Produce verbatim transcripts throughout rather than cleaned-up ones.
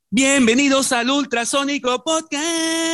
Bienvenidos al Ultrasónico Podcast.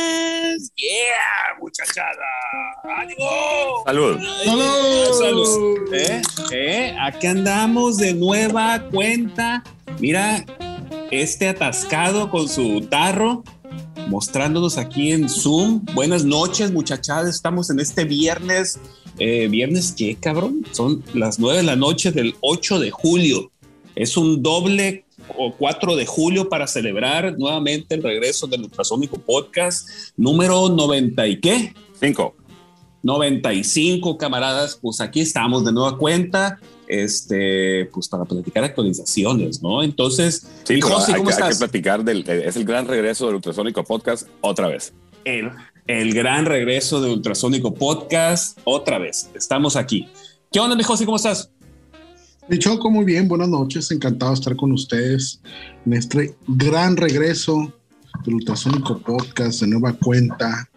Yeah, muchachada. ¡Ánimo! Salud. ¡Salud! ¡Salud! ¿Eh? ¿Eh? Aquí andamos de nueva cuenta. Mira, este atascado con su tarro, mostrándonos aquí en Zoom. Buenas noches, muchachada. Estamos en este viernes. Eh, ¿Viernes qué, cabrón? Son las nueve de la noche del ocho de julio. Es un doble o cuatro de julio para celebrar nuevamente el regreso del Ultrasónico Podcast número noventa y ¿qué? Cinco. noventa y cinco, camaradas. Pues aquí estamos de nueva cuenta, este, pues para platicar actualizaciones, ¿no? Entonces, sí, mi José, ¿cómo hay, estás? Hay que platicar del, es el gran regreso del Ultrasónico Podcast otra vez. El, el gran regreso del Ultrasónico Podcast otra vez. Estamos aquí. ¿Qué onda, mi José? ¿Cómo estás? Mi Choco, muy bien, buenas noches, encantado de estar con ustedes en este gran regreso del Ultrasónico Podcast de nueva cuenta,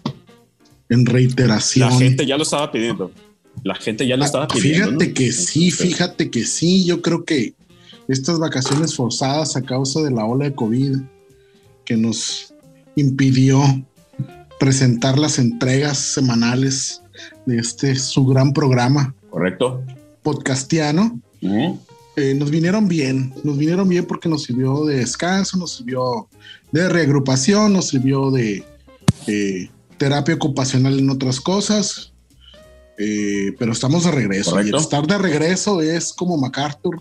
en reiteración. La gente ya lo estaba pidiendo, la gente ya lo estaba pidiendo. Fíjate ¿no? que sí, fíjate que sí, yo creo que estas vacaciones forzadas a causa de la ola de COVID que nos impidió presentar las entregas semanales de este su gran programa. Correcto. Podcastiano. Uh-huh. Eh, nos vinieron bien, nos vinieron bien porque nos sirvió de descanso, nos sirvió de reagrupación, nos sirvió de eh, terapia ocupacional en otras cosas, eh, pero estamos de regreso. Correcto. Y el estar de regreso es como MacArthur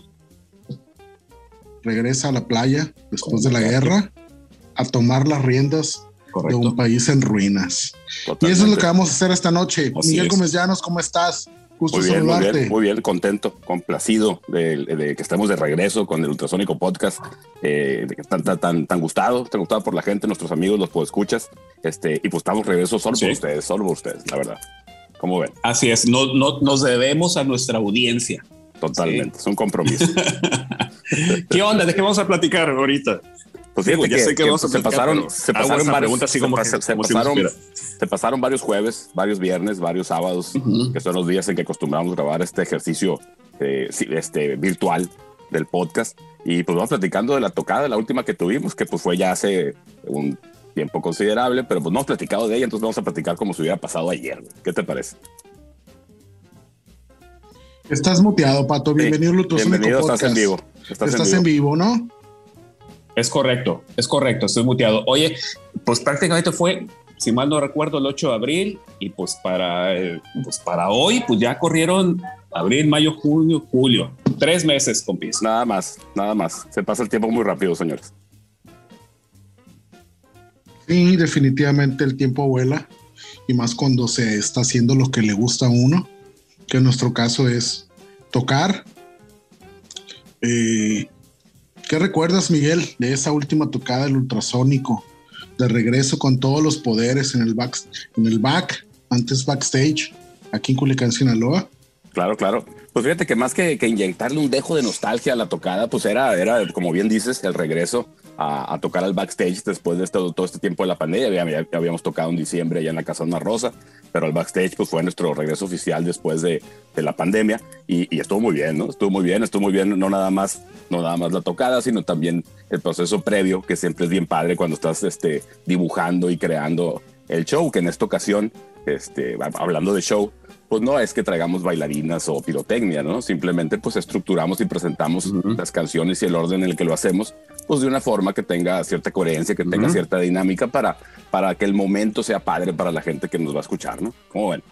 regresa a la playa después de la guerra a tomar las riendas. Correcto. De un país en ruinas. Totalmente. Y eso es lo que vamos a hacer esta noche. Así Miguel es. Gómez Llanos, ¿cómo estás? Gusto muy bien, saludarte. Muy bien, muy bien, contento, complacido de, de que estemos de regreso con el Ultrasónico Podcast, eh, de que tan, tan, tan, tan gustado, tan gustado por la gente, nuestros amigos, los podescuchas, este, y pues estamos de regreso solo sí. por ustedes, solo por ustedes, la verdad. ¿Cómo ven? Así es, no, no, nos debemos a nuestra audiencia. Totalmente, sí. Es un compromiso. ¿Qué onda? ¿De qué vamos a platicar ahorita? Pues fíjate que, que, que pues se pasaron, se pasaron varios, así como se, se, pasaron, se pasaron varios jueves, varios viernes, varios sábados, uh-huh. que son los días en que acostumbramos grabar este ejercicio eh, este, virtual del podcast. Y pues vamos platicando de la tocada, la última que tuvimos, que pues fue ya hace un tiempo considerable, pero pues no hemos platicado de ella, entonces vamos a platicar como si hubiera pasado ayer. ¿Qué te parece? Estás muteado, Pato. Bienvenido sí. a Ultrasónico Bienvenido, Podcast. Estás en vivo. Estás, estás en, vivo. en vivo, ¿no? Es correcto, es correcto, estoy muteado. Oye, pues prácticamente fue, si mal no recuerdo, el ocho de abril y pues para, eh, pues para hoy, pues ya corrieron abril, mayo, junio, julio. Tres meses, compis. Nada más, nada más. Se pasa el tiempo muy rápido, señores. Sí, definitivamente el tiempo vuela y más cuando se está haciendo lo que le gusta a uno, que en nuestro caso es tocar. Eh... ¿Qué recuerdas, Miguel, de esa última tocada del Ultrasónico? De regreso con todos los poderes en el back, en el back, antes backstage, aquí en Culiacán, Sinaloa. Claro, claro. Pues fíjate que más que, que inyectarle un dejo de nostalgia a la tocada, pues era, era como bien dices, el regreso a, a tocar al backstage después de este, todo este tiempo de la pandemia. Ya, ya habíamos tocado en diciembre allá en la Casa Una Rosa, pero el backstage pues fue nuestro regreso oficial después de, de la pandemia y, y estuvo muy bien, ¿no? Estuvo muy bien, estuvo muy bien, no nada más, no nada más la tocada, sino también el proceso previo, que siempre es bien padre cuando estás este, dibujando y creando el show, que en esta ocasión, este, hablando de show, pues no es que traigamos bailarinas o pirotecnia, ¿no? Simplemente pues estructuramos y presentamos uh-huh. las canciones y el orden en el que lo hacemos, pues de una forma que tenga cierta coherencia, que tenga uh-huh. cierta dinámica para, para que el momento sea padre para la gente que nos va a escuchar, ¿no? ¿Cómo ven?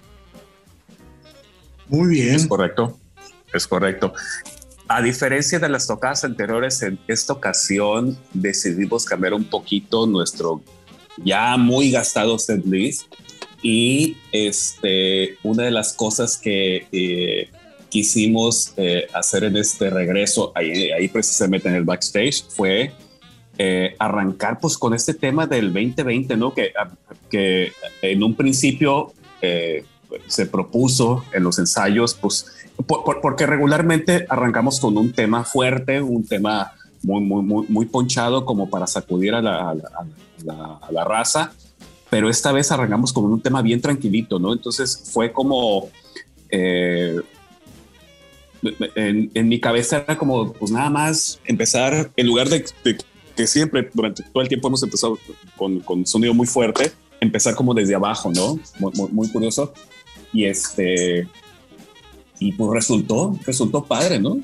Muy bien. Es correcto, es correcto. A diferencia de las tocadas anteriores, en esta ocasión decidimos cambiar un poquito nuestro ya muy gastado set list. Y este, una de las cosas que eh, quisimos eh, hacer en este regreso, ahí, ahí precisamente en el backstage, fue eh, arrancar pues con este tema del veinte veinte, ¿no? Que, que en un principio eh, se propuso en los ensayos, pues, por, por, porque regularmente arrancamos con un tema fuerte, un tema muy, muy, muy, muy ponchado como para sacudir a la, a la, a la, a la raza. Pero esta vez arrancamos con un tema bien tranquilito, ¿no? Entonces fue como, eh, en, en mi cabeza era como, pues nada más empezar, en lugar de, de, que siempre, durante todo el tiempo hemos empezado con, con sonido muy fuerte, empezar como desde abajo, ¿no? Muy, muy, muy curioso. Y este, y pues resultó, resultó padre, ¿no?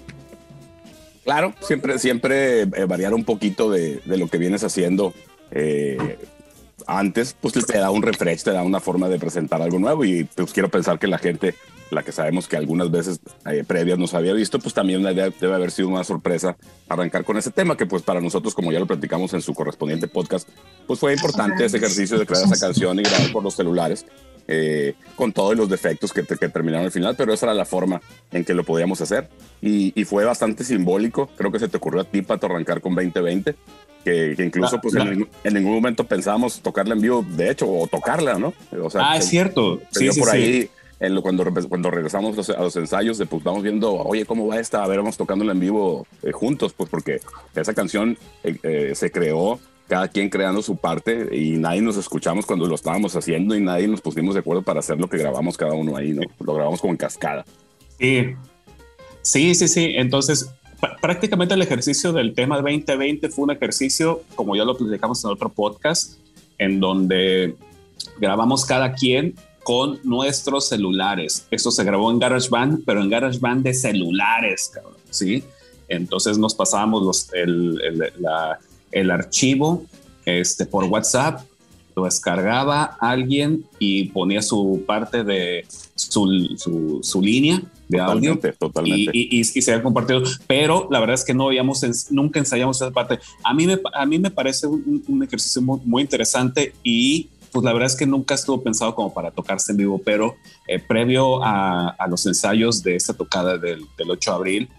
Claro, siempre, siempre eh, variar un poquito de, de lo que vienes haciendo eh, antes, pues te da un refresh, te da una forma de presentar algo nuevo y pues quiero pensar que la gente, la que sabemos que algunas veces eh, previas nos había visto, pues también debe, debe haber sido una sorpresa arrancar con ese tema que pues para nosotros, como ya lo platicamos en su correspondiente podcast, pues fue importante ese ejercicio de crear esa canción y grabar por los celulares. Eh, con todos los defectos que, que terminaron al final, pero esa era la forma en que lo podíamos hacer y, y fue bastante simbólico. Creo que se te ocurrió a ti, Pato, arrancar con veinte veinte, que, que incluso la, pues la, en, en ningún momento pensábamos tocarla en vivo, de hecho, o tocarla, ¿no? O sea, ah, es cierto. Sí, sí, por sí. ahí, en lo, cuando, cuando regresamos los, a los ensayos, pues vamos viendo, oye, ¿cómo va esta? A ver, vamos tocándola en vivo eh, juntos, pues porque esa canción eh, eh, se creó cada quien creando su parte y nadie nos escuchamos cuando lo estábamos haciendo y nadie nos pusimos de acuerdo para hacer lo que grabamos cada uno ahí, ¿no? Lo grabamos como en cascada. Sí, sí, sí, sí. Entonces, prácticamente el ejercicio del tema veinte veinte fue un ejercicio, como ya lo platicamos en otro podcast, en donde grabamos cada quien con nuestros celulares. Eso se grabó en GarageBand, pero en GarageBand de celulares, cabrón, ¿sí? Entonces nos pasábamos los, el, el, la... el archivo este, por WhatsApp, lo descargaba alguien y ponía su parte de su, su, su línea de totalmente, audio totalmente. Y, y, y, y se había compartido, pero la verdad es que no habíamos, nunca ensayamos esa parte. A mí me, a mí me parece un, un ejercicio muy, muy interesante y pues la verdad es que nunca estuvo pensado como para tocarse en vivo, pero eh, previo a, a los ensayos de esta tocada del, del ocho de abril,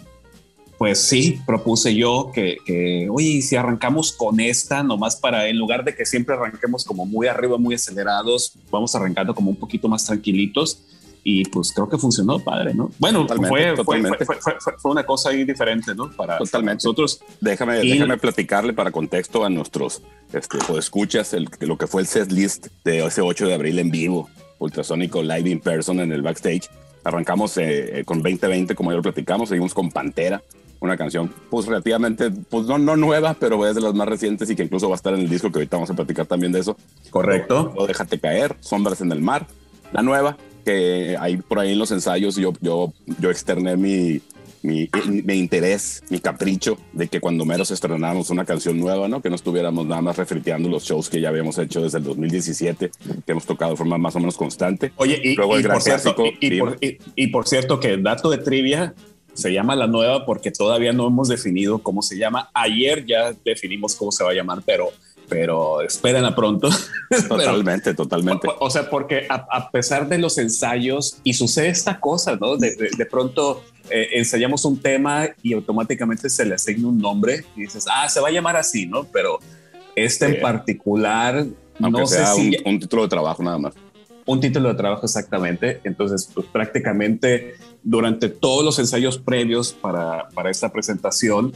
pues sí, propuse yo que, que, oye, si arrancamos con esta, nomás para, en lugar de que siempre arranquemos como muy arriba, muy acelerados, vamos arrancando como un poquito más tranquilitos y pues creo que funcionó padre, ¿no? Bueno, totalmente, fue, totalmente. Fue, fue, fue, fue una cosa ahí diferente, ¿no? Para, totalmente. para nosotros. Déjame, y, déjame platicarle para contexto a nuestros este, o escuchas el, lo que fue el set list de ese ocho de abril en vivo, Ultrasónico Live in Person en el backstage. Arrancamos eh, con veinte veinte, como ya lo platicamos, seguimos con Pantera, una canción pues relativamente, pues no, no nueva, pero es de las más recientes y que incluso va a estar en el disco que ahorita vamos a platicar también de eso. Correcto. O Déjate Caer, Sombras en el Mar, la nueva, que ahí por ahí en los ensayos yo, yo, yo externé mi, mi, mi interés, mi capricho de que cuando menos estrenáramos una canción nueva, ¿no? Que no estuviéramos nada más refriteando los shows que ya habíamos hecho desde el dos mil diecisiete, que hemos tocado de forma más o menos constante. Oye, y, Luego y, el gran por, cierto, clásico, y, y, por, y, y por cierto que dato de trivia, se llama La Nueva porque todavía no hemos definido cómo se llama. Ayer ya definimos cómo se va a llamar, pero, pero espérenla pronto. Totalmente, pero, totalmente. O, o sea, porque a, a pesar de los ensayos y sucede esta cosa, ¿no? De, de, de pronto eh, ensayamos un tema y automáticamente se le asigna un nombre y dices, ah, se va a llamar así, ¿no? Pero este sí. en particular, aunque no sea sé un, si... un título de trabajo nada más. Un título de trabajo, exactamente. Entonces, pues prácticamente durante todos los ensayos previos para, para esta presentación,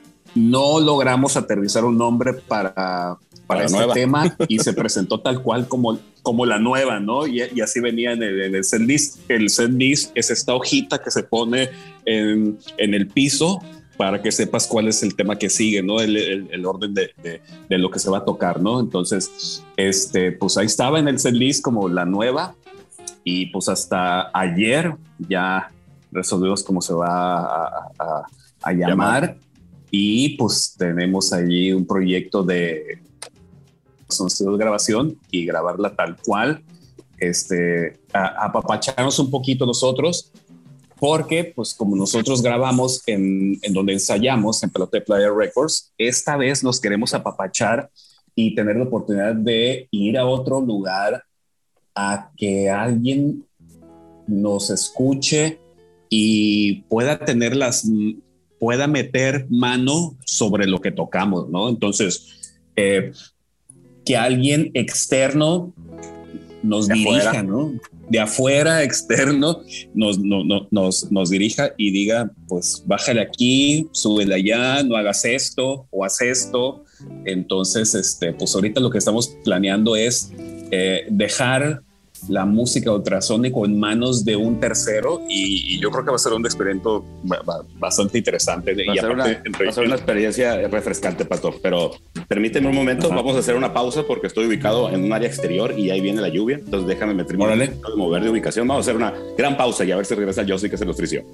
no logramos aterrizar un nombre para, para, para este nueva. tema y se presentó tal cual como, como La Nueva, ¿no? Y, y así venía en el, en el set list. El set list es esta hojita que se pone en, en el piso para que sepas cuál es el tema que sigue, ¿no? El, el, el orden de, de, de lo que se va a tocar, ¿no? Entonces, este, pues ahí estaba en el setlist como La Nueva y pues hasta ayer ya resolvimos cómo se va a, a, a llamar, llamar y pues tenemos allí un proyecto de, de grabación y grabarla tal cual, este, a, apapacharnos un poquito nosotros. Porque, pues, como nosotros grabamos en, en donde ensayamos, en Pelote Playa Records, esta vez nos queremos apapachar y tener la oportunidad de ir a otro lugar a que alguien nos escuche y pueda tener las, pueda meter mano sobre lo que tocamos, ¿no? Entonces, eh, que alguien externo nos de dirija, afuera. ¿no? De afuera, externo, nos, no, no, nos, nos dirija y diga, pues bájale aquí, súbele allá, no hagas esto o haz esto. Entonces, este, pues ahorita lo que estamos planeando es eh, dejar la música ultrasónico en manos de un tercero y, y yo creo que va a ser un experimento bastante interesante. Va a, ser una, va a ser una experiencia refrescante, Pato, pero permíteme un momento, Ajá. vamos a hacer una pausa porque estoy ubicado en un área exterior y ahí viene la lluvia, entonces déjame meterme de mover de ubicación, vamos a hacer una gran pausa y a ver si regresa Josie que se nos frició.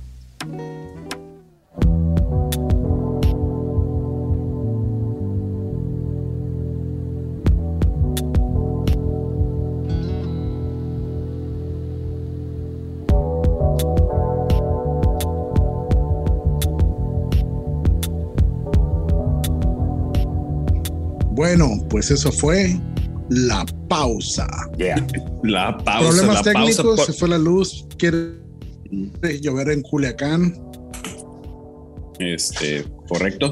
Bueno, pues eso fue la pausa. Yeah. La pausa. Problemas la técnicos, pausa. Se fue la luz, quiere llover en Culiacán. Este, correcto.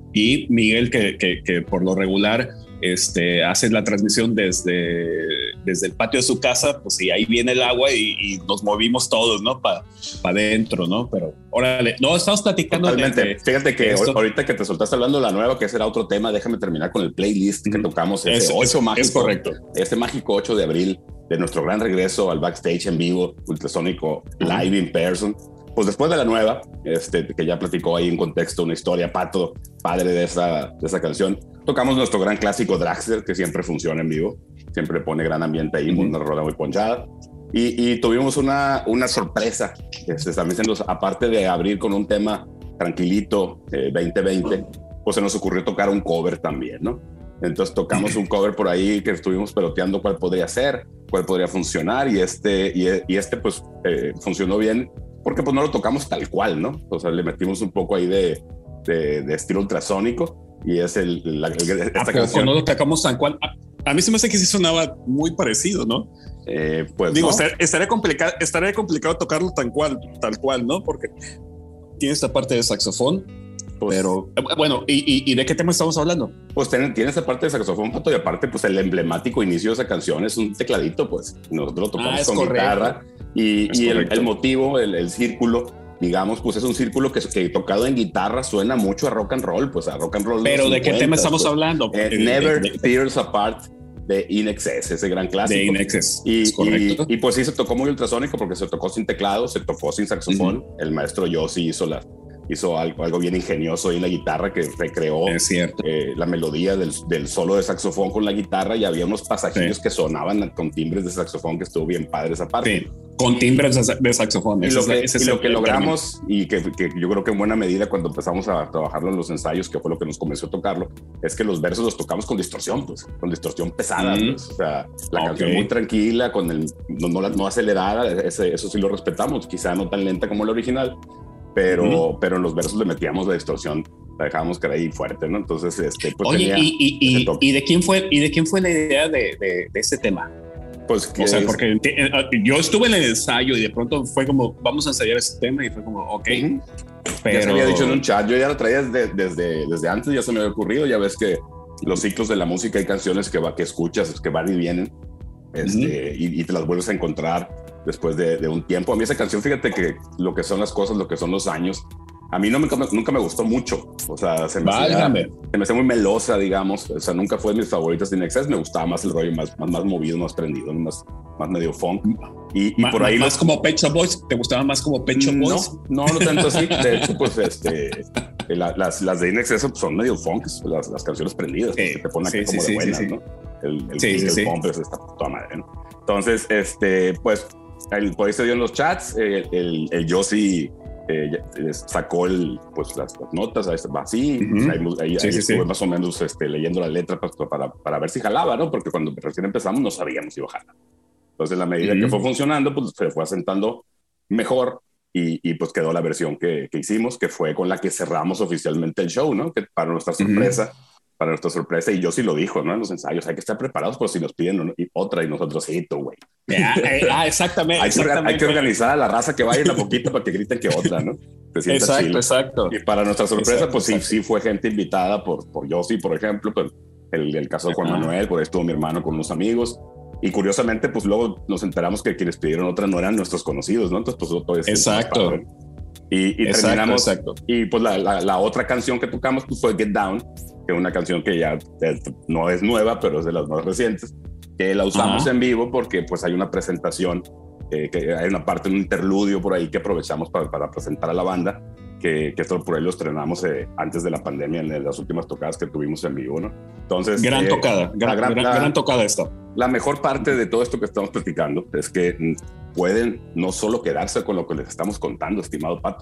Y Miguel, que, que, que por lo regular este, hace la transmisión desde, desde el patio de su casa, pues y ahí viene el agua y, y nos movimos todos, ¿no? Para pa adentro, ¿no? Pero órale, no, estamos platicando. Totalmente. De, de, Fíjate que esto. ahorita que te soltaste hablando de la nueva, que ese era otro tema, déjame terminar con el playlist que tocamos ese es, ocho es, mágico. Es correcto. Este mágico ocho de abril de nuestro gran regreso al backstage en vivo, ultrasónico, live in person. Pues después de la nueva, este, que ya platicó ahí en contexto una historia, Pato, padre de esa, de esa canción, tocamos nuestro gran clásico Dragster, que siempre funciona en vivo, siempre pone gran ambiente ahí, uh-huh. una rola muy ponchada. Y, y tuvimos una, una sorpresa, este, también se nos, aparte de abrir con un tema tranquilito, eh, veinte veinte, pues se nos ocurrió tocar un cover también, ¿no? Entonces tocamos un cover por ahí que estuvimos peloteando cuál podría ser, cuál podría funcionar, y este, y, y este pues eh, funcionó bien, porque pues no lo tocamos tal cual, ¿no? O sea, le metimos un poco ahí de, de, de estilo ultrasónico y es el, la, el esta ¿A poco canción. No lo tocamos tal cual? A, a mí se me hace que sí sonaba muy parecido, ¿no? Eh, pues Digo, no. estaría complicado, estaría complicado tocarlo tal cual, tal cual, ¿no? Porque tiene esta parte de saxofón, pues, pero bueno, ¿y, y, ¿y de qué tema estamos hablando? Pues tiene, tiene esa parte de saxofón, Pato, y aparte, pues el emblemático inicio de esa canción es un tecladito, pues nosotros lo tocamos ah, con correcto. guitarra y, y el, el motivo, el, el círculo, digamos, pues es un círculo que, que tocado en guitarra suena mucho a rock and roll, pues a rock and roll. Pero ¿de qué tema estamos pues, hablando? Eh, Never de, de, Tears Apart de In Excess, ese gran clásico. De In Excess, y, es correcto. Y, y pues sí, se tocó muy ultrasónico porque se tocó sin teclado, se tocó sin saxofón. Uh-huh. El maestro Josie hizo la hizo algo, algo bien ingenioso ahí en la guitarra que recreó eh, la melodía del, del solo de saxofón con la guitarra y había unos pasajillos sí. que sonaban con timbres de saxofón que estuvo bien padre esa parte. Sí. Con timbres de saxofón. Y lo que, es, y lo que logramos y que, que yo creo que en buena medida cuando empezamos a trabajarlo en los ensayos, que fue lo que nos comenzó a tocarlo, es que los versos los tocamos con distorsión, pues, con distorsión pesada. Mm. Pues, o sea, la okay. canción muy tranquila, con el, no, no, no acelerada, ese, eso sí lo respetamos, quizá no tan lenta como la original, pero, uh-huh. pero en los versos le metíamos la distorsión, la dejábamos caer ahí fuerte, ¿no? Entonces, este, pues Oye, y, y, y, y, de quién fue, ¿y de quién fue la idea de, de, de este tema? Pues o sea, es... porque yo estuve en el ensayo y de pronto fue como, vamos a ensayar ese tema y fue como, ok. Uh-huh. Pero... Ya se había dicho en un chat, yo ya lo traía desde, desde, desde antes, ya se me había ocurrido, ya ves que los ciclos de la música hay canciones que, va, que escuchas, que van y vienen, este, uh-huh. y, y te las vuelves a encontrar después de, de un tiempo. A mí esa canción, fíjate que lo que son las cosas, lo que son los años, a mí no me, nunca me gustó mucho, o sea, se me, hacía, se me hacía muy melosa, digamos, o sea, nunca fue de mis favoritas de In Excess, me gustaba más el rollo más, más, más movido, más prendido, más, más medio funk. Y, y más, por ahí más los... como Pet Shop Boys, ¿te gustaba más como Pet Shop Boys? No, no, no tanto así, de hecho, pues, este, la, las, las de In Excess son medio funk, las, las canciones prendidas, sí, que te ponen sí, como sí, de buenas, sí, sí. ¿no? El, el, sí, el, sí, el sí. funk pues, está toda madre, ¿no? Entonces, este, pues, el, por ahí se dio en los chats, el, el, el Josie eh, sacó el, pues, las, las notas, así, uh-huh. ahí, ahí, sí, ahí sí, estuve sí. más o menos este, leyendo la letra para, para, para ver si jalaba, ¿no? Porque cuando recién empezamos no sabíamos si iba a jalar. Entonces, en la medida uh-huh. que fue funcionando, pues se fue asentando mejor y, y pues quedó la versión que, que hicimos, que fue con la que cerramos oficialmente el show, ¿no? Que para nuestra sorpresa, uh-huh. para nuestra sorpresa, y yo sí lo dijo, ¿no? En los ensayos, hay que estar preparados por si nos piden ¿no? y otra, y nosotros, sí, tú, güey. Ah, ah, exactamente. hay, exactamente. Que, hay que organizar a la raza que vaya en la poquita para que griten que otra, ¿no? Exacto, chill. exacto. Y para nuestra sorpresa, exacto, pues exacto. sí, sí fue gente invitada por, por Josie, por ejemplo, pues, el, el caso de Juan uh-huh. Manuel, por ahí estuvo mi hermano con unos amigos. Y curiosamente, pues luego nos enteramos que quienes pidieron otra no eran nuestros conocidos, ¿no? Entonces, pues todo es exacto. Y, y exacto, terminamos. Exacto. Y pues la, la, la otra canción que tocamos pues, fue Get Down, que es una canción que ya eh, no es nueva, pero es de las más recientes. que la usamos Ajá. en vivo porque pues hay una presentación, eh, que hay una parte, un interludio por ahí que aprovechamos para, para presentar a la banda, que, que esto por ahí lo estrenamos eh, antes de la pandemia en las últimas tocadas que tuvimos en vivo, ¿no? Entonces, Gran eh, tocada, gran, gran, gran, la, gran tocada esta. La mejor parte de todo esto que estamos platicando es que pueden no solo quedarse con lo que les estamos contando, estimado Pato.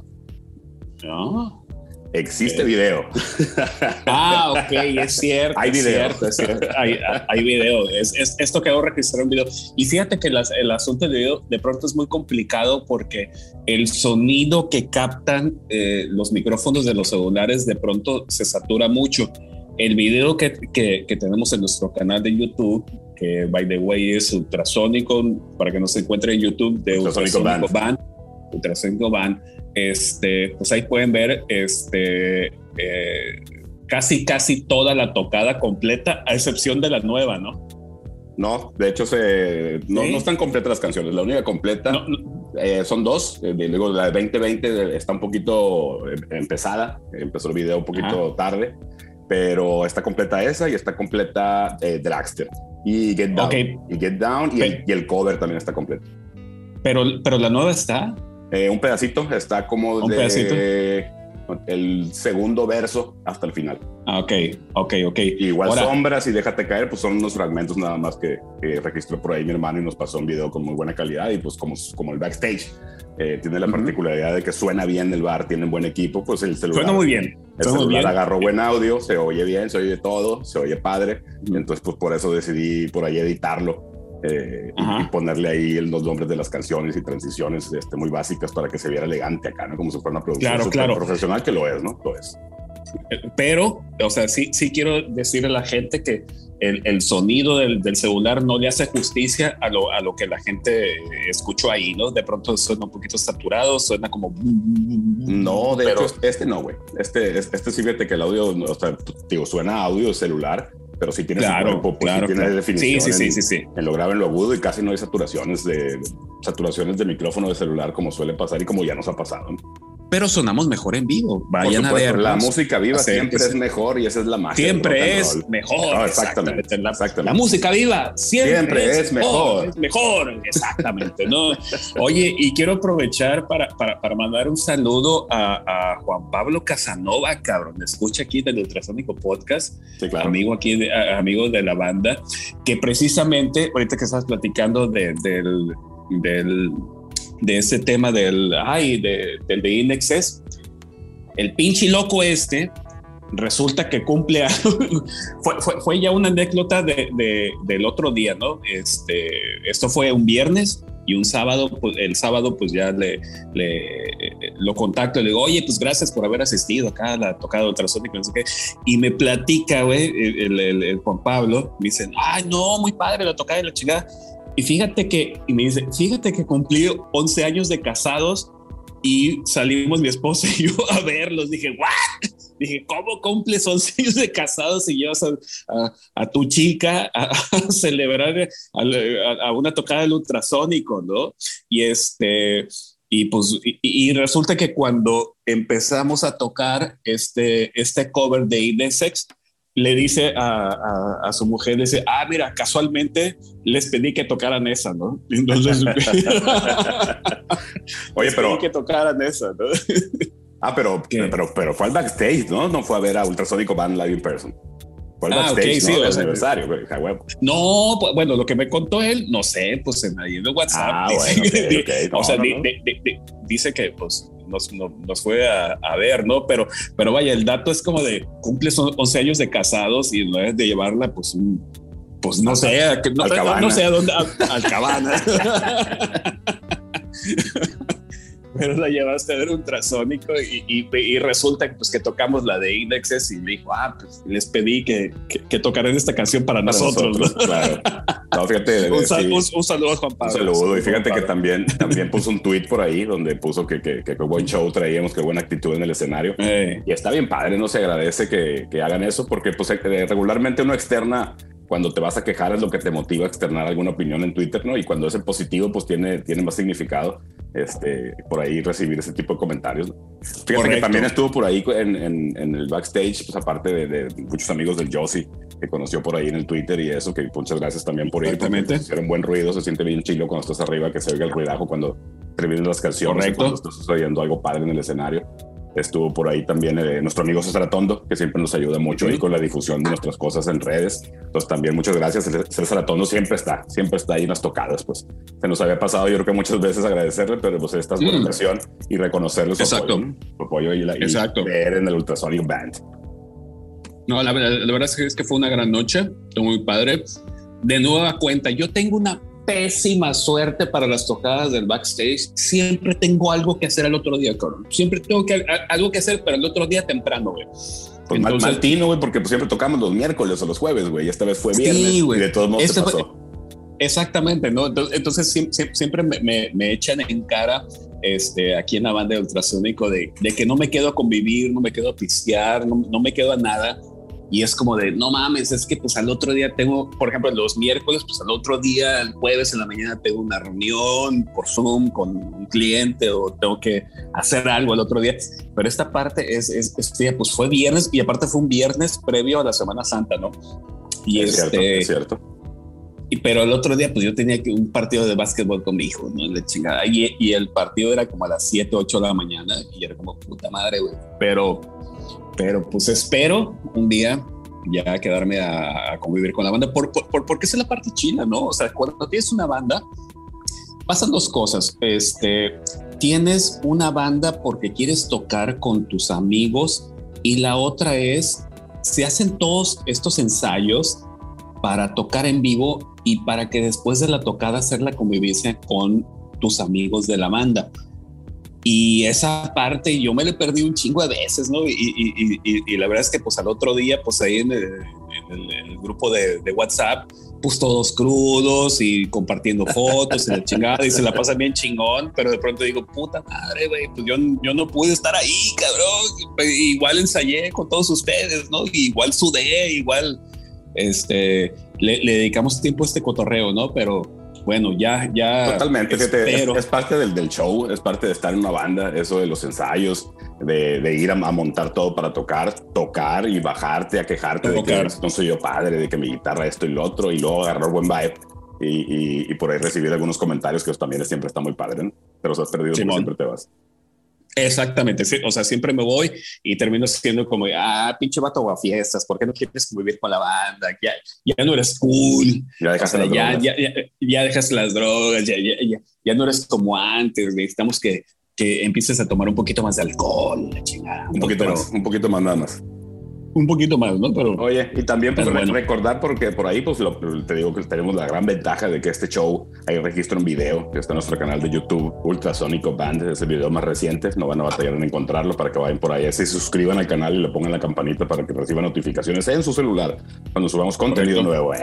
No. Existe Okay. video. Ah, ok, es cierto. Hay es video. Cierto, es cierto. Hay, hay video. Es, es, esto quedó registrado en video. Y fíjate que las, el asunto de video de pronto es muy complicado porque el sonido que captan eh, los micrófonos de los celulares de pronto se satura mucho. El video que, que, que tenemos en nuestro canal de YouTube, que by the way es Ultrasónico, para que no se encuentre en YouTube, de Ultrasónico Ultrasónico Band. Band. Ultrasónico Band. Este, pues ahí pueden ver este, eh, casi casi toda la tocada completa, a excepción de la nueva, ¿no? No, de hecho se, no, ¿Sí? no están completas las canciones. La única completa No, no. Eh, son dos. Eh, luego la de veinte veinte está un poquito eh, empezada. Empezó el video un poquito Ajá. tarde, pero está completa esa y está completa eh, Dragster y Get Down. Okay. Y Get Down y el, y el cover también está completo. Pero, pero la nueva está. Eh, un pedacito, está como ¿Un de pedacito? el segundo verso hasta el final. Ah, ok, ok, ok. Igual Ahora, Sombras y Déjate Caer, pues son unos fragmentos nada más que, que registró por ahí mi hermano y nos pasó un video con muy buena calidad y pues como, como el backstage eh, tiene la uh-huh. particularidad de que suena bien el bar, tienen buen equipo, pues el celular... Suena muy bien. El suena celular bien. agarró buen audio, se oye bien, se oye todo, se oye padre, uh-huh. entonces pues por eso decidí por ahí editarlo. Eh, y, y ponerle ahí los nombres de las canciones y transiciones este, muy básicas para que se viera elegante acá, ¿no? Como si fuera una producción claro, super claro. profesional, que lo es, ¿no? Lo es. Pero, o sea, sí, sí quiero decirle a la gente que el, el sonido del, del celular no le hace justicia a lo, a lo que la gente escuchó ahí, ¿no? De pronto suena un poquito saturado, suena como... No, de pero... hecho, este no, güey. Este, este sí, fíjate que el audio, o sea, digo, suena audio celular, pero sí tiene, claro, su cuerpo, pues, claro, sí tiene claro. definición sí, sí, en, sí, sí, sí. en lo grave, en lo agudo, y casi no hay saturaciones de, saturaciones de micrófono de celular como suele pasar y como ya nos ha pasado, ¿no? Pero sonamos mejor en vivo. Vayan Por supuesto, a ver. La música viva Hacer, siempre es, es mejor y esa es la magia. Siempre es mejor. No, exactamente, exactamente. La, exactamente. La música viva siempre, siempre es, es mejor. Es mejor, exactamente. ¿no? Oye, y quiero aprovechar para, para, para mandar un saludo a, a Juan Pablo Casanova, cabrón. Escucha aquí del Ultrasónico Podcast. Sí, claro. Amigo aquí, de, amigo de la banda, que precisamente, ahorita que estás platicando de, del, del, de ese tema del, ay, de, del de In Excess, el pinche loco este resulta que cumple fue, fue, fue ya una anécdota de, de, del otro día, ¿no? Este, esto fue un viernes y un sábado, pues, el sábado pues ya le, le lo contacto y le digo, oye, pues gracias por haber asistido acá a la tocada de Ultrasónico, no sé qué. Y me platica, güey, el, el, el Juan Pablo, me dicen, ay, no, muy padre la tocada de la chingada. Y fíjate que, y me dice, fíjate que cumplí once años de casados y salimos mi esposa y yo a verlos. Dije, ¿what? Dije, ¿cómo cumples once años de casados y llevas a, a, a tu chica a, a celebrar a, a, a una tocada del Ultrasónico, ¿no? Y este, y pues, y, y resulta que cuando empezamos a tocar este, este cover de In Excess, le dice a, a, a su mujer, le dice, ah, mira, casualmente les pedí que tocaran esa, ¿no? Entonces, oye, pero... pedí que tocaran esa, ¿no? Ah, pero, pero, pero fue al backstage, ¿no? No fue a ver a Ultrasónico Band live in person. Fue al ah, backstage, okay, ¿no? Sí, el aniversario, güey. No, bueno, lo que me contó él, no sé, pues en ahí en el WhatsApp. Ah, dice, bueno, okay, okay. No, o sea, no, di, no. Di, di, di, dice que, pues, nos, nos, nos fue a, a ver, ¿no? Pero, pero vaya, el dato es como de cumples once años de casados y no es de llevarla, pues, un, pues no sé, a, no, no, no sé a dónde, a, al Cabana. Pero la llevaste a ver Ultrasónico y, y, y resulta pues, que tocamos la de In Excess y me dijo, ah, pues les pedí que, que, que tocaran esta canción para, para nosotros, nosotros, ¿no? Claro. No, fíjate, un, sal, sí. un, un saludo a Juan Pablo. Un saludo, y fíjate Juan que también, también puso un tweet por ahí donde puso que, que, que, que buen show traíamos, que buena actitud en el escenario. Eh. Y está bien padre, no se agradece que, que hagan eso porque pues, regularmente uno externa cuando te vas a quejar es lo que te motiva a externar alguna opinión en Twitter, ¿no? Y cuando es en positivo, pues tiene, tiene más significado este, por ahí recibir ese tipo de comentarios. Fíjate Correcto. Que también estuvo por ahí en, en, en el backstage, pues aparte de, de muchos amigos del Josie, te conoció por ahí en el Twitter y eso, que muchas gracias también por ir, porque hicieron buen ruido, se siente bien chilo cuando estás arriba, que se oiga el ruidajo cuando terminan las canciones. Correcto. Cuando estás oyendo algo padre en el escenario. Estuvo por ahí también eh, nuestro amigo César Atondo, que siempre nos ayuda mucho, sí, ahí con la difusión de nuestras cosas en redes. Entonces también muchas gracias. César Atondo siempre está, siempre está ahí en las tocadas. Pues se nos había pasado, yo creo que muchas veces agradecerle, pero pues esta es buena ocasión mm. y reconocerle su Exacto. apoyo, su apoyo y, la, y Exacto. ver en el Ultrasonic Band. No, la, la, la verdad es que fue una gran noche, estuvo muy padre. De nueva cuenta, yo tengo una pésima suerte para las tocadas del backstage. Siempre tengo algo que hacer el otro día, cabrón. Siempre tengo que, a, algo que hacer, pero el otro día temprano, güey. Pues mal, mal tino, güey, porque pues siempre tocamos los miércoles o los jueves, güey. Esta vez fue viernes, sí, y de todos modos este se pasó. Fue, exactamente, ¿no? Entonces, entonces siempre, siempre me, me, me echan en cara este, aquí en la banda de Ultrasónico de, de que no me quedo a convivir, no me quedo a pistear, no, no me quedo a nada. Y es como de, no mames, es que pues al otro día tengo, por ejemplo, los miércoles, pues al otro día, el jueves en la mañana tengo una reunión por Zoom con un cliente o tengo que hacer algo el otro día. Pero esta parte es, es, es pues fue viernes y aparte fue un viernes previo a la Semana Santa, ¿no? Y es este, cierto, es cierto. Y, pero el otro día, pues yo tenía que un partido de básquetbol con mi hijo, ¿no? La chingada. Y, y el partido era como a las siete, ocho de la mañana y era como puta madre, güey. Pero... Pero pues espero un día ya quedarme a, a convivir con la banda, por, por, por, porque esa es la parte chila, ¿no? O sea, cuando tienes una banda, pasan dos cosas. Este, tienes una banda porque quieres tocar con tus amigos y la otra es, se hacen todos estos ensayos para tocar en vivo y para que después de la tocada hacer la convivencia con tus amigos de la banda. Y esa parte yo me le perdí un chingo de veces, ¿no? Y, y, y, y la verdad es que pues al otro día, pues ahí en el, en el, en el grupo de, de WhatsApp, pues todos crudos y compartiendo fotos y la chingada y se la pasa bien chingón, pero de pronto digo, puta madre, güey, pues yo, yo no pude estar ahí, cabrón. Igual ensayé con todos ustedes, ¿no? Igual sudé, igual este, le, le dedicamos tiempo a este cotorreo, ¿no? Pero... Bueno, ya, ya. Totalmente, fíjate, es, es parte del, del show, es parte de estar en una banda, eso de los ensayos, de, de ir a, a montar todo para tocar, tocar y bajarte a quejarte tocar. De que no soy yo padre, de que mi guitarra esto y lo otro, y luego agarrar buen vibe y, y, y por ahí recibir algunos comentarios que también siempre está muy padre, ¿no? Pero si has perdido, pues siempre te vas. Exactamente, sí, o sea, siempre me voy y termino siendo como, ah, pinche vato a fiestas, ¿por qué no quieres convivir con la banda? Ya, ya no eres cool, ya dejaste, o sea, las ya, ya, ya, ya dejas las drogas, ya, ya, ya, ya no eres como antes, necesitamos que, que empieces a tomar un poquito más de alcohol, la chingada. Un poquito Pero, más, un poquito más nada más. Un poquito más, ¿no? Pero, oye, y también pues, bueno. recordar, porque por ahí pues lo, te digo que tenemos la gran ventaja de que este show hay registro en video, que está en nuestro canal de YouTube, Ultrasónico Band, es el video más reciente, no van a batallar en encontrarlo para que vayan por ahí, se suscriban al canal y le pongan la campanita para que reciban notificaciones en su celular cuando subamos contenido correcto. Nuevo.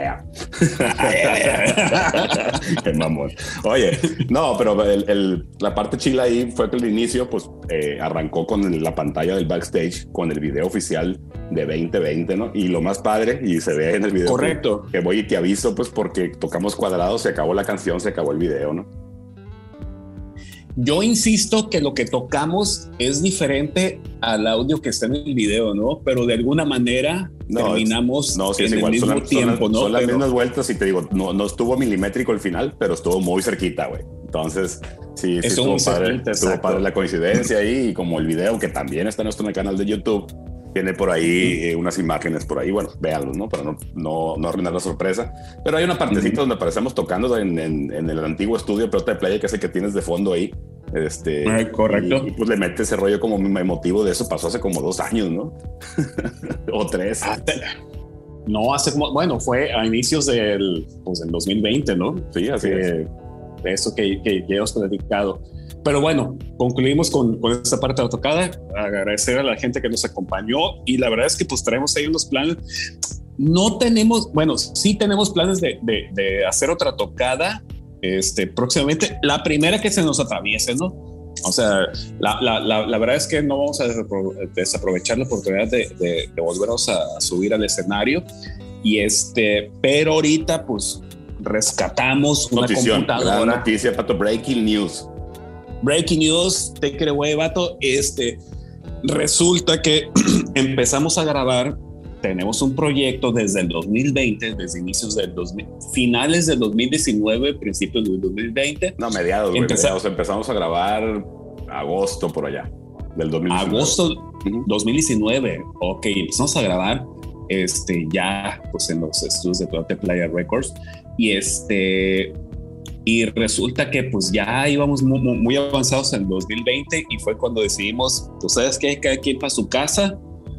Qué mamón. Oye, no, pero el, el, la parte chila ahí fue que el inicio pues eh, arrancó con la pantalla del backstage, con el video oficial de veinte veinte, ¿no? Y lo más padre, y se ve en el video. Correcto. Que, que voy y te aviso, pues porque tocamos cuadrados, se acabó la canción, se acabó el video, ¿no? Yo insisto que lo que tocamos es diferente al audio que está en el video, ¿no? Pero de alguna manera no, terminamos no, sí, en es el igual. mismo son, tiempo, son, ¿no? Son las pero... mismas vueltas y te digo, no, no estuvo milimétrico el final, pero estuvo muy cerquita, güey. Entonces, sí, sí estuvo, padre, cerquita, estuvo padre la coincidencia ahí y como el video que también está en nuestro canal de YouTube. Tiene por ahí eh, unas imágenes por ahí, bueno, véanlo, ¿no? Para no, no, no arruinar la sorpresa. Pero hay una partecita uh-huh. donde aparecemos tocando en, en, en el antiguo estudio Pelota de Playa, que es el que tienes de fondo ahí. Este, ah, correcto. Y, y pues le mete ese rollo como emotivo de eso. Pasó hace como dos años, ¿no? O tres. Ah, no, hace como, bueno, fue a inicios del, pues, del dos mil veinte, ¿no? Sí, así que, es. De eso que, que ya hemos platicado. Pero bueno, concluimos con, con esta parte de la tocada. Agradecer a la gente que nos acompañó y la verdad es que pues traemos ahí unos planes. No tenemos, bueno, sí tenemos planes de, de, de hacer otra tocada este, próximamente. La primera que se nos atraviese, ¿no? O sea, la, la, la, la verdad es que no vamos a desaprovechar la oportunidad de, de, de volvernos a subir al escenario. Y este, pero ahorita pues rescatamos una Notición, computadora. Gran noticia, Pato, breaking news. Breaking news, te creo, güey, vato. Este, resulta que empezamos a grabar tenemos un proyecto desde el dos mil veinte, desde inicios del dos mil, finales del dos mil diecinueve, principios del dos mil veinte. No, mediados, güey, Empeza- mediados. Empezamos a grabar agosto por allá, del dos mil diecinueve. Agosto uh-huh. dos mil diecinueve, ok, empezamos a grabar este, ya pues en los estudios de Toyota Playa Records y este... Y resulta que pues ya íbamos muy, muy avanzados en dos mil veinte y fue cuando decidimos, tú sabes que cada quien para su casa,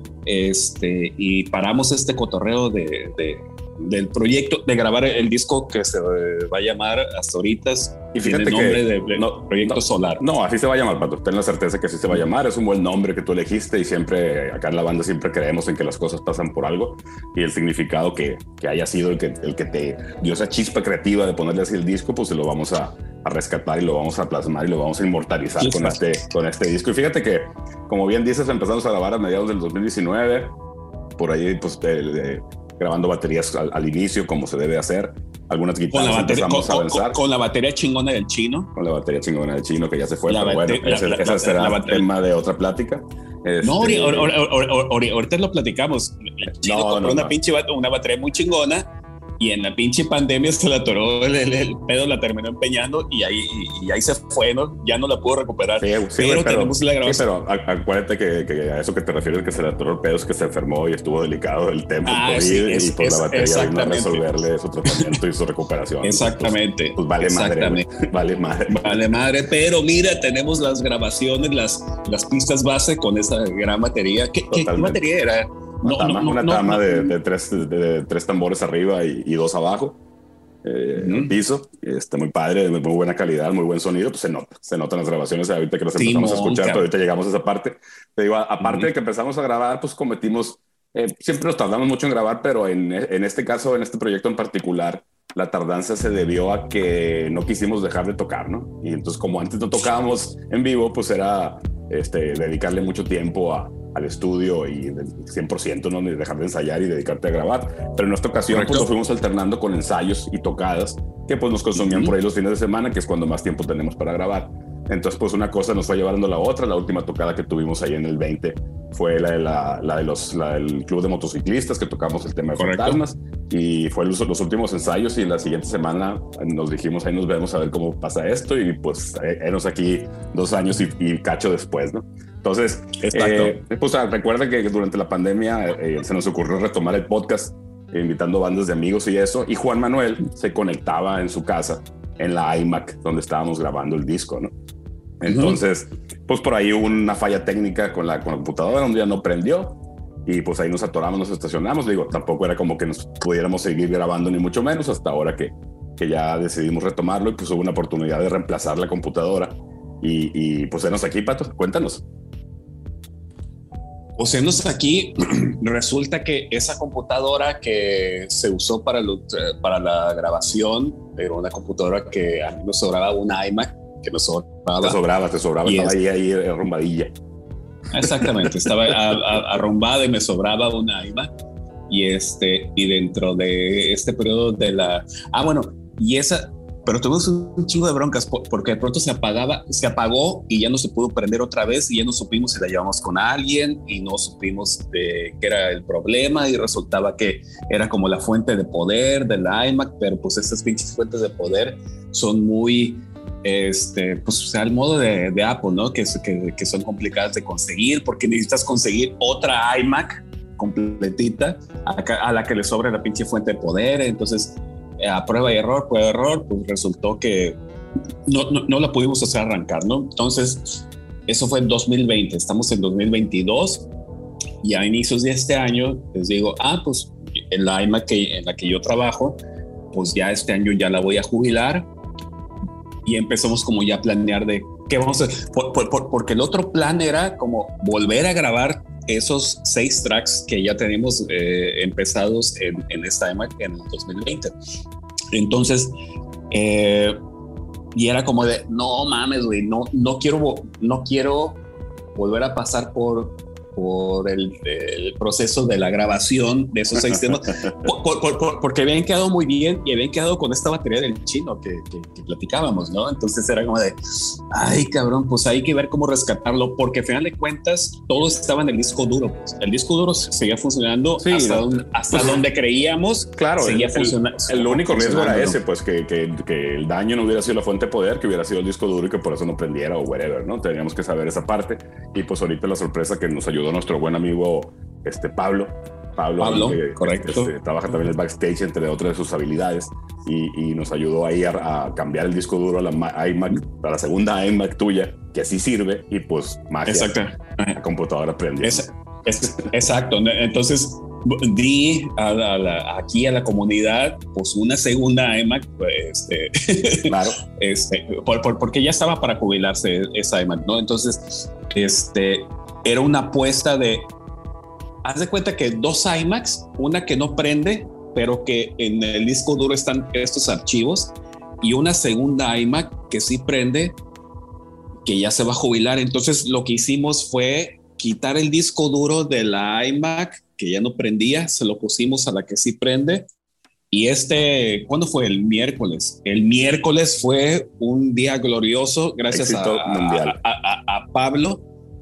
este, y paramos este cotorreo de, de, del proyecto, de grabar el disco que se va a llamar hasta ahorita. Y fíjate el nombre que de, de no, Proyecto no, Solar. No, así se va a llamar, Pato. Ten la certeza que así se va a llamar. Es un buen nombre que tú elegiste y siempre, acá en la banda siempre creemos en que las cosas pasan por algo y el significado que, que haya sido el que, el que te dio esa chispa creativa de ponerle así el disco, pues se lo vamos a, a rescatar y lo vamos a plasmar y lo vamos a inmortalizar sí, con, este, con este disco. Y fíjate que, como bien dices, empezamos a grabar a mediados del dos mil diecinueve, por ahí pues de, de, grabando baterías al, al inicio como se debe hacer. Algunas guitarras con la batería, empezamos con, a avanzar. Con, con la batería chingona del Chino. Con la batería chingona del Chino que ya se fue, la pero bate, bueno, la, ese, la, ese la, será la, tema de otra plática. Este... No, ahorita, ahorita, ahorita lo platicamos. El Chino no, compró no, una no. pinche una batería muy chingona y en la pinche pandemia se la atoró el, el, el pedo, la terminó empeñando y ahí, y, y ahí se fue, ¿no? Ya no la pudo recuperar. Sí, sí, pero, pero tenemos la grabación. Sí, pero acuérdate que, que a eso que te refieres, que se le atoró el pedo, es que se enfermó y estuvo delicado el tema ah, del COVID sí, es, y pues es, la batería vino a resolverle su tratamiento y su recuperación. Exactamente. Pues, pues vale exactamente. madre. Vale madre. Vale madre, pero mira, tenemos las grabaciones, las, las pistas base con esa gran batería. ¿Qué, ¿qué batería era? Una no, tama, no, una no, tama no, de, no. de, tres, de, de tres tambores arriba y, y dos abajo. Eh, uh-huh. En el piso, este, muy padre, de muy buena calidad, muy buen sonido, pues se nota, se notan las grabaciones ahorita que las sí, empezamos monca. a escuchar, pero ahorita llegamos a esa parte. Te digo, aparte uh-huh. de que empezamos a grabar, pues cometimos, eh, siempre nos tardamos mucho en grabar, pero en, en este caso, en este proyecto en particular, la tardanza se debió a que no quisimos dejar de tocar, ¿no? Y entonces como antes no tocábamos en vivo, pues era este, dedicarle mucho tiempo a al estudio y cien por ciento no dejar de ensayar y dedicarte a grabar, pero en esta ocasión pues lo fuimos alternando con ensayos y tocadas que pues nos consumían uh-huh. por ahí los fines de semana, que es cuando más tiempo tenemos para grabar. Entonces pues una cosa nos fue llevando a la otra. La última tocada que tuvimos ahí en el veinte fue la, de la, la, de los, la del club de motociclistas, que tocamos el tema de Correcto. Fantasmas, y fue los, los últimos ensayos, y la siguiente semana nos dijimos, ahí nos vemos a ver cómo pasa esto, y pues enos aquí dos años y, y cacho después, ¿no? Entonces, eh, pues recuerda que durante la pandemia eh, se nos ocurrió retomar el podcast, eh, invitando bandas de amigos y eso, y Juan Manuel se conectaba en su casa en la iMac donde estábamos grabando el disco, ¿no? Entonces, uh-huh. pues por ahí hubo una falla técnica con la, con la computadora, un día no prendió y pues ahí nos atoramos, nos estacionamos. Digo, tampoco era como que nos pudiéramos seguir grabando ni mucho menos hasta ahora que, que ya decidimos retomarlo, y pues hubo una oportunidad de reemplazar la computadora y, y pues enos aquí, Pato, cuéntanos. O sea, aquí resulta que esa computadora que se usó para, lo, para la grabación era una computadora que a mí me sobraba una iMac, que me sobraba. Te sobraba, te sobraba, estaba es... ahí, ahí arrumbadilla. Exactamente, estaba arrumbada y me sobraba una iMac. Y, este, y dentro de este periodo de la... Ah, bueno, y esa... Pero tuvimos un chingo de broncas porque de pronto se apagaba, se apagó y ya no se pudo prender otra vez, y ya no supimos si la llevamos con alguien y no supimos de qué era el problema, y resultaba que era como la fuente de poder de la iMac, pero pues estas pinches fuentes de poder son muy, este, pues o sea, al modo de, de Apple, ¿no? Que, que, que son complicadas de conseguir porque necesitas conseguir otra iMac completita a, a la que le sobra la pinche fuente de poder. Entonces, a prueba y error, prueba y error, pues resultó que no, no, no la pudimos hacer arrancar, ¿no? Entonces, eso fue en dos mil veinte, estamos en dos mil veintidós, y a inicios de este año les digo, ah, pues en la iMac que, en la que yo trabajo, pues ya este año ya la voy a jubilar, y empezamos como ya a planear de qué vamos a hacer, por, por, por, porque el otro plan era como volver a grabar esos seis tracks que ya tenemos eh, empezados en, en esta iMac en el dos mil veinte. Entonces, eh, y era como de, no mames, güey, no, no, quiero, no quiero volver a pasar por, por el, el proceso de la grabación de esos seis temas, por, por, por, porque habían quedado muy bien y habían quedado con esta batería del chino que, que, que platicábamos, ¿no? Entonces era como de, ay cabrón, pues hay que ver cómo rescatarlo, porque al final de cuentas todo estaba en el disco duro, pues. El disco duro seguía funcionando sí, hasta, no. donde, hasta pues, donde creíamos, claro, seguía el, funcionando. El, el único riesgo era ese, pues que, que, que el daño no hubiera sido la fuente de poder, que hubiera sido el disco duro y que por eso no prendiera o whatever, ¿no? Teníamos que saber esa parte. Y pues ahorita la sorpresa que nos ayudó nuestro buen amigo este Pablo. Pablo, Pablo que, correcto. Este, trabaja también en el backstage, entre otras de sus habilidades, y, y nos ayudó ahí a, a cambiar el disco duro a la iMac, a la segunda iMac tuya, que así sirve, y pues magia. Exacto. La computadora prendió. Es, es, exacto. Entonces di a la, a la, aquí a la comunidad pues una segunda iMac, pues, este, claro. este, por, por, porque ya estaba para jubilarse esa iMac, ¿no? Entonces, este, era una apuesta de, haz de cuenta que dos iMacs, una que no prende, pero que en el disco duro están estos archivos, y una segunda iMac que sí prende, que ya se va a jubilar. Entonces lo que hicimos fue quitar el disco duro de la iMac que ya no prendía, se lo pusimos a la que sí prende. Y este, ¿cuándo fue? El miércoles. El miércoles fue un día glorioso, gracias a, a, a, a Pablo,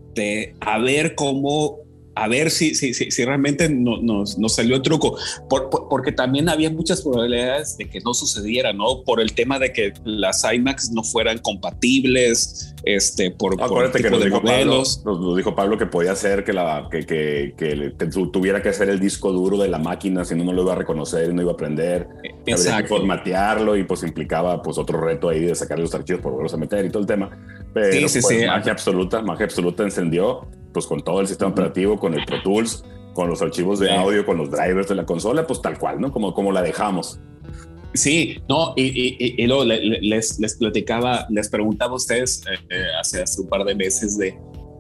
de a ver cómo, a ver si, si, si, si realmente no, nos, nos salió el truco, por, por, porque también había muchas probabilidades de que no sucediera, ¿no? Por el tema de que las iMacs no fueran compatibles, este, por, no, por el tipo que nos de dijo modelos. Pablo, nos, nos dijo Pablo que podía ser que, la, que, que, que, que tuviera que hacer el disco duro de la máquina, si no, no lo iba a reconocer y no iba a aprender. Habría que formatearlo y pues implicaba pues otro reto ahí de sacar los archivos por volverlos a meter y todo el tema. Pero sí, sí, pues sí. magia absoluta, magia absoluta encendió, pues con todo el sistema uh-huh. operativo, con el Pro Tools, con los archivos de audio, con los drivers de la consola, pues tal cual, ¿no? Como, como la dejamos. Sí, no, y, y, y luego les, les platicaba, les preguntaba a ustedes eh, hace, hace un par de meses de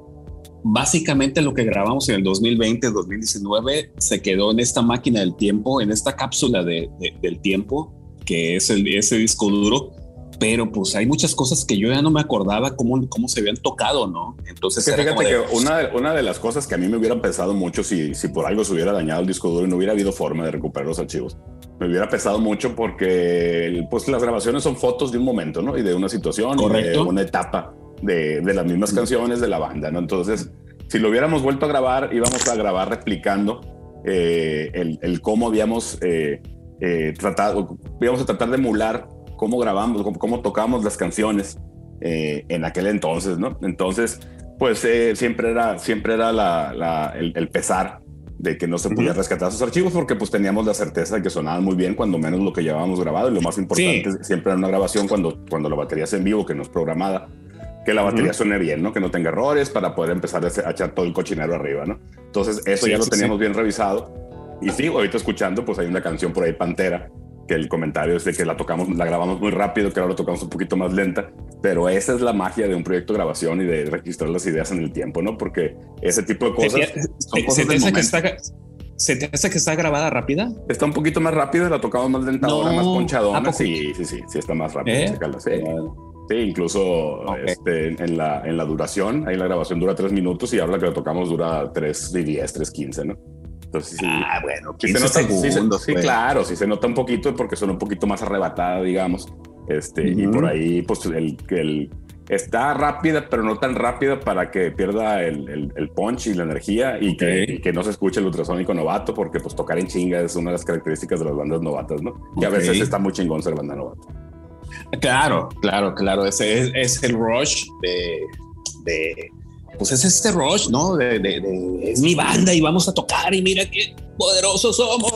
básicamente lo que grabamos en el dos mil veinte, dos mil diecinueve se quedó en esta máquina del tiempo, en esta cápsula de, de, del tiempo, que es el, ese disco duro. Pero pues hay muchas cosas que yo ya no me acordaba cómo, cómo se habían tocado, ¿no? Entonces que fíjate de... que una de, una de las cosas que a mí me hubieran pesado mucho si, si por algo se hubiera dañado el disco duro y no hubiera habido forma de recuperar los archivos. Me hubiera pesado mucho porque pues las grabaciones son fotos de un momento, ¿no? Y de una situación, correcto, y de una etapa de, de las mismas canciones de la banda, ¿no? Entonces, si lo hubiéramos vuelto a grabar, íbamos a grabar replicando eh, el, el cómo habíamos eh, eh, tratado, íbamos a tratar de emular cómo grabamos, cómo, cómo tocamos las canciones eh, en aquel entonces, ¿no? Entonces, pues eh, siempre era, siempre era la, la, el, el pesar de que no se podía uh-huh. rescatar esos archivos porque pues teníamos la certeza de que sonaban muy bien cuando menos lo que llevábamos grabado, y lo más importante sí. siempre era una grabación cuando, cuando la batería es en vivo, que no es programada, que la batería uh-huh. suene bien, ¿no? Que no tenga errores para poder empezar a echar todo el cochinero arriba, ¿no? Entonces eso sí, ya lo sí, teníamos sí. bien revisado. Y sí, ahorita escuchando, pues hay una canción por ahí, Pantera, que el comentario es de que la tocamos, la grabamos muy rápido, que ahora la tocamos un poquito más lenta, pero esa es la magia de un proyecto de grabación y de registrar las ideas en el tiempo, ¿no? Porque ese tipo de cosas te, son te, cosas se, del te momento. Está, ¿Se te hace que está grabada rápida? Está un poquito más rápida, la tocamos más lenta, no, ahora más ponchadona. Sí, sí, sí, sí, está más rápida. ¿Eh? Sí, sí, incluso okay. este, en, la, en la duración, ahí la grabación dura tres minutos y ahora que la tocamos dura tres diez, tres quince, ¿no? Entonces, sí, ah, bueno, sí, se nota, segundos, sí, se, sí, claro, sí se nota un poquito porque son un poquito más arrebatada, digamos. Este, uh-huh. Y por ahí, pues, el, el, está rápida, pero no tan rápida para que pierda el, el, el punch y la energía y, okay. que, y que no se escuche el ultrasónico novato, porque, pues, tocar en chinga es una de las características de las bandas novatas, ¿no? Y okay. a veces está muy chingón ser banda novata. Claro, claro, claro. Ese es, es el rush de... de... Pues es este rush, ¿no? De, de, de, es mi banda y vamos a tocar y mira qué poderosos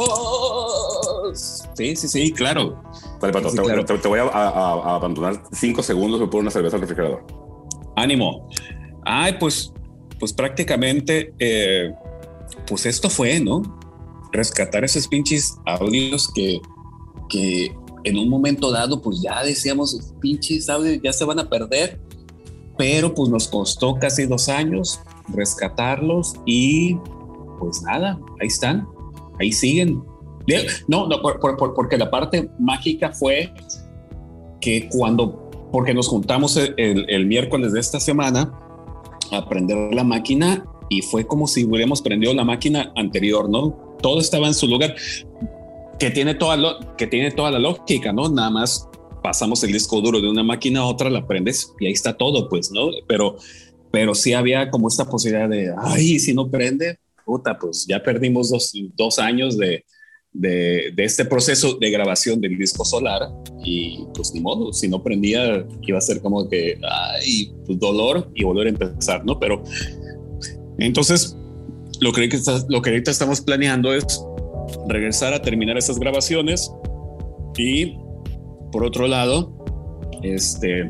somos. Sí, sí, sí, claro. Vale, Pato, sí, te, claro. Te, te voy a, a, a abandonar cinco segundos y pongo una cerveza al refrigerador. Ánimo. Ay, pues, pues prácticamente, eh, pues esto fue, ¿no? Rescatar esos pinches audios que, que en un momento dado, pues ya decíamos, pinches audios ya se van a perder. Pero pues nos costó casi dos años rescatarlos y pues nada, ahí están, ahí siguen. No, no por, por, porque la parte mágica fue que cuando, porque nos juntamos el, el, el miércoles de esta semana a prender la máquina y fue como si hubiéramos prendido la máquina anterior, ¿no? Todo estaba en su lugar, que tiene toda, lo, que tiene toda la lógica, ¿no? Nada más pasamos el disco duro de una máquina a otra, la prendes y ahí está todo, pues, ¿no? Pero, pero sí había como esta posibilidad de, ay, si no prende, puta, pues ya perdimos dos, dos años de, de, de este proceso de grabación del disco Solar y pues ni modo, si no prendía iba a ser como que, ay, pues dolor y volver a empezar, ¿no? Pero entonces lo que, lo que ahorita estamos planeando es regresar a terminar esas grabaciones y por otro lado, este,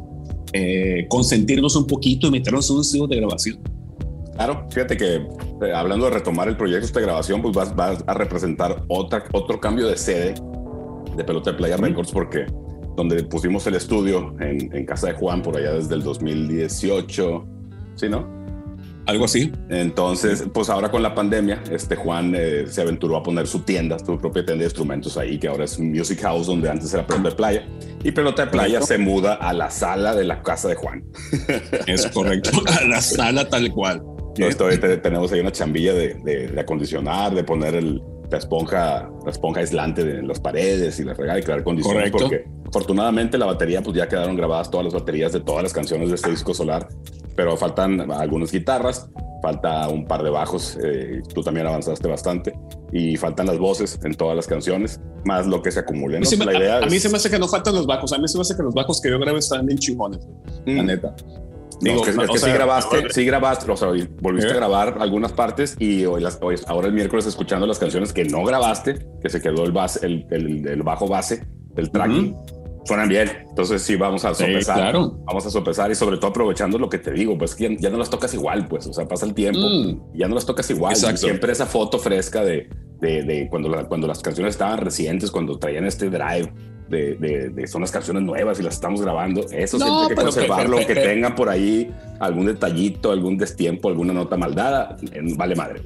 eh, consentirnos un poquito y meternos en un estudio de grabación. Claro, fíjate que eh, hablando de retomar el proyecto de grabación, pues vas, vas a representar otra, otro cambio de sede de Pelota de Playa Records, porque donde pusimos el estudio en, en casa de Juan por allá desde el dos mil dieciocho, ¿sí, no? Algo así. Entonces, pues ahora con la pandemia, este Juan eh, se aventuró a poner su tienda, su propia tienda de instrumentos ahí, que ahora es un Music House, donde antes era Pelota de Playa. Y Pelota de Playa correcto. Se muda a la sala de la casa de Juan. Es correcto, a la sala tal cual. Entonces, te, tenemos ahí una chambilla de, de, de acondicionar, de poner el, la esponja, la esponja aislante de las paredes y la regala y crear condiciones. Correcto. Porque afortunadamente la batería, pues ya quedaron grabadas todas las baterías de todas las canciones de este disco Solar, pero faltan algunas guitarras, falta un par de bajos, eh, tú también avanzaste bastante, y faltan las voces en todas las canciones, más lo que se acumule, ¿no? Sí, la a, idea a es... mí se me hace que no faltan los bajos, a mí se me hace que los bajos que yo grabé están bien chingones, mm. la neta. Digo, no, es que, es que sea, sí grabaste, ahora, sí grabaste, o sea, volviste ¿eh? a grabar algunas partes y hoy, las, hoy ahora el miércoles escuchando las canciones que no grabaste, que se quedó el, base, el, el, el bajo base del tracking, uh-huh. suenan bien. Entonces sí vamos a sopesar, sí, claro. vamos a sopesar y sobre todo aprovechando lo que te digo, pues que ya, ya no las tocas igual, pues, o sea, pasa el tiempo mm. y ya no las tocas igual. Exacto. Siempre esa foto fresca de, de, de cuando, la, cuando las canciones estaban recientes, cuando traían este drive. De, de, de son las canciones nuevas y las estamos grabando, eso no, siempre hay que conservarlo, que, que, que tenga por ahí algún detallito, algún destiempo, alguna nota maldada, vale madre.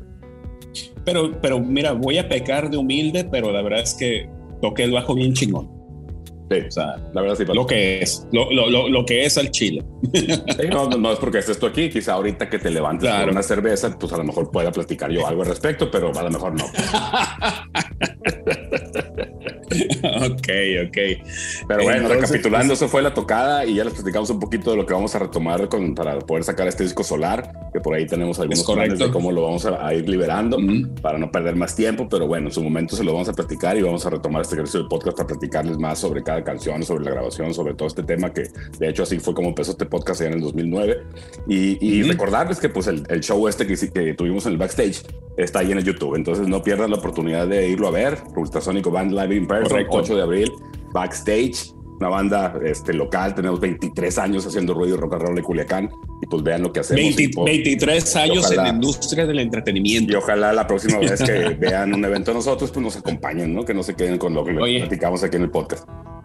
Pero, pero mira, voy a pecar de humilde, pero la verdad es que toqué el bajo bien chingón. Sí, o sea, la verdad sí. Lo que es, lo, lo, lo, lo que es al chile. Sí, no, no, no es porque estés tú aquí, quizá ahorita que te levantes claro. por una cerveza, pues a lo mejor pueda platicar yo algo al respecto, pero a lo mejor no. Ok, ok. Pero bueno, entonces, recapitulando, pues, eso fue la tocada y ya les platicamos un poquito de lo que vamos a retomar con, para poder sacar este disco Solar, que por ahí tenemos algunos planes de cómo lo vamos a, a ir liberando uh-huh. para no perder más tiempo, pero bueno, en su momento se lo vamos a platicar y vamos a retomar este ejercicio del podcast para platicarles más sobre cada canción, sobre la grabación, sobre todo este tema que de hecho así fue como empezó este podcast allá en el dos mil nueve y, y uh-huh. recordarles que pues el, el show este que, que tuvimos en el backstage está ahí en el YouTube, entonces no pierdan la oportunidad de irlo a ver. Ultrasónico Band Live in Person, correcto. ocho de abril, Backstage, una banda este, local, tenemos veintitrés años haciendo ruido rock and roll en Culiacán y pues vean lo que hacemos. veinte, y, pues, veintitrés años ojalá, en la industria del entretenimiento. Y ojalá la próxima vez que vean un evento de nosotros, pues nos acompañen, ¿no? Que no se queden con lo que Oye. platicamos aquí en el podcast.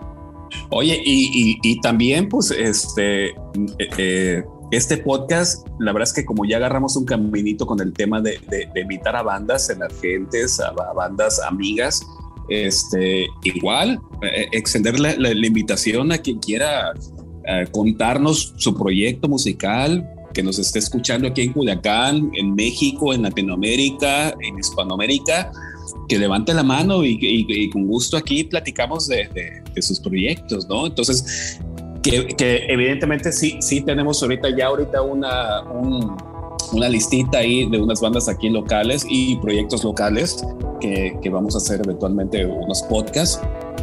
Oye, y, y, y también pues este... Eh, Este podcast, la verdad es que como ya agarramos un caminito con el tema de, de, de invitar a bandas emergentes, a, a bandas amigas, este, igual, eh, extender la, la, la invitación a quien quiera eh, contarnos su proyecto musical, que nos esté escuchando aquí en Culiacán, en México, en Latinoamérica, en Hispanoamérica, que levante la mano y, y, y con gusto aquí platicamos de, de, de sus proyectos, ¿no? Entonces, Que, que evidentemente sí, sí tenemos ahorita ya ahorita una, un, una listita ahí de unas bandas aquí locales y proyectos locales que, que vamos a hacer eventualmente unos podcasts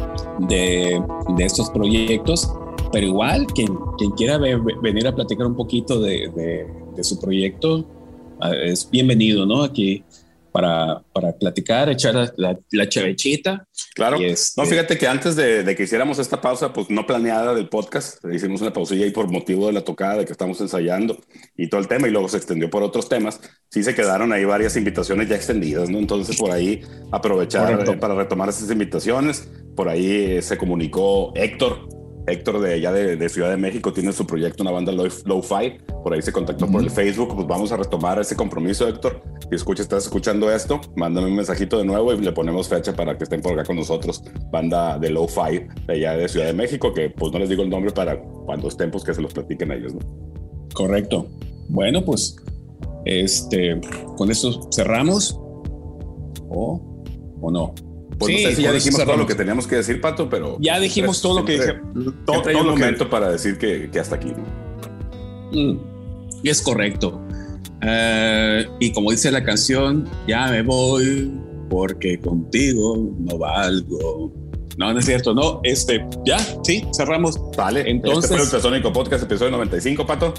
de, de estos proyectos, pero igual quien, quien quiera ve, venir a platicar un poquito de, de, de su proyecto es bienvenido, ¿no? Aquí para, para platicar, echar la, la, la chavechita. Claro. Este... No, fíjate que antes de, de que hiciéramos esta pausa, pues no planeada del podcast, hicimos una pausilla ahí por motivo de la tocada, de que estamos ensayando y todo el tema, y luego se extendió por otros temas. Sí se quedaron ahí varias invitaciones ya extendidas, ¿no? Entonces por ahí aprovechar eh, para retomar esas invitaciones. Por ahí eh, se comunicó Héctor, Héctor de allá de, de Ciudad de México, tiene su proyecto, una banda Lo-Fi, por ahí se contactó uh-huh. por el Facebook, pues vamos a retomar ese compromiso, Héctor. Si escuchas, estás escuchando esto, mándame un mensajito de nuevo y le ponemos fecha para que estén por acá con nosotros, banda de Lo-Fi de allá de Ciudad de México, que pues no les digo el nombre para cuando estén, pues que se los platiquen a ellos, ¿no? Correcto. Bueno, pues Este, con eso cerramos. ¿O, o no? Pues sí, no sé si ya dijimos todo lo que teníamos que decir, Pato, pero... Ya dijimos todo lo que dije. Todo, todo hay un momento que... para decir que, que hasta aquí. Mm, es correcto. Uh, y como dice la canción, ya me voy porque contigo no valgo. No, no es cierto, no. Este, ya, sí, cerramos. Vale, entonces... Este fue el Ultrasónico Podcast, episodio noventa y cinco, Pato.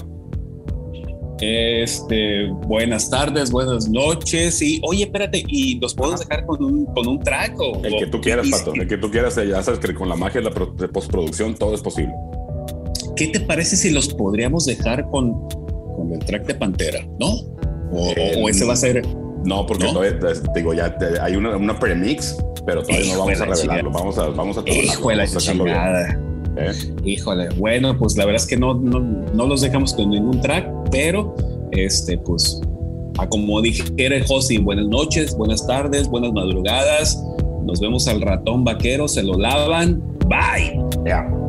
Este, buenas tardes, buenas noches. Y oye, espérate, ¿y los podemos dejar con un, con un track? O, el que tú quieras, Pato, el que tú quieras. Ya sabes que con la magia de la pro, de postproducción todo es posible. ¿Qué te parece si los podríamos dejar con, con el track de Pantera, no? O, eh, o ese va a ser... No, porque ¿no? Todavía, digo, ya te, hay una, una premix, pero todavía Hijo no vamos a revelarlo. Vamos a, vamos a Hijo de la chingada. ¿Eh? Híjole, bueno, pues la verdad es que no, no, no los dejamos con ningún track, pero este, pues, a como dijera el Josi, buenas noches, buenas tardes, buenas madrugadas. Nos vemos al ratón vaquero, se lo lavan. Bye. Yeah.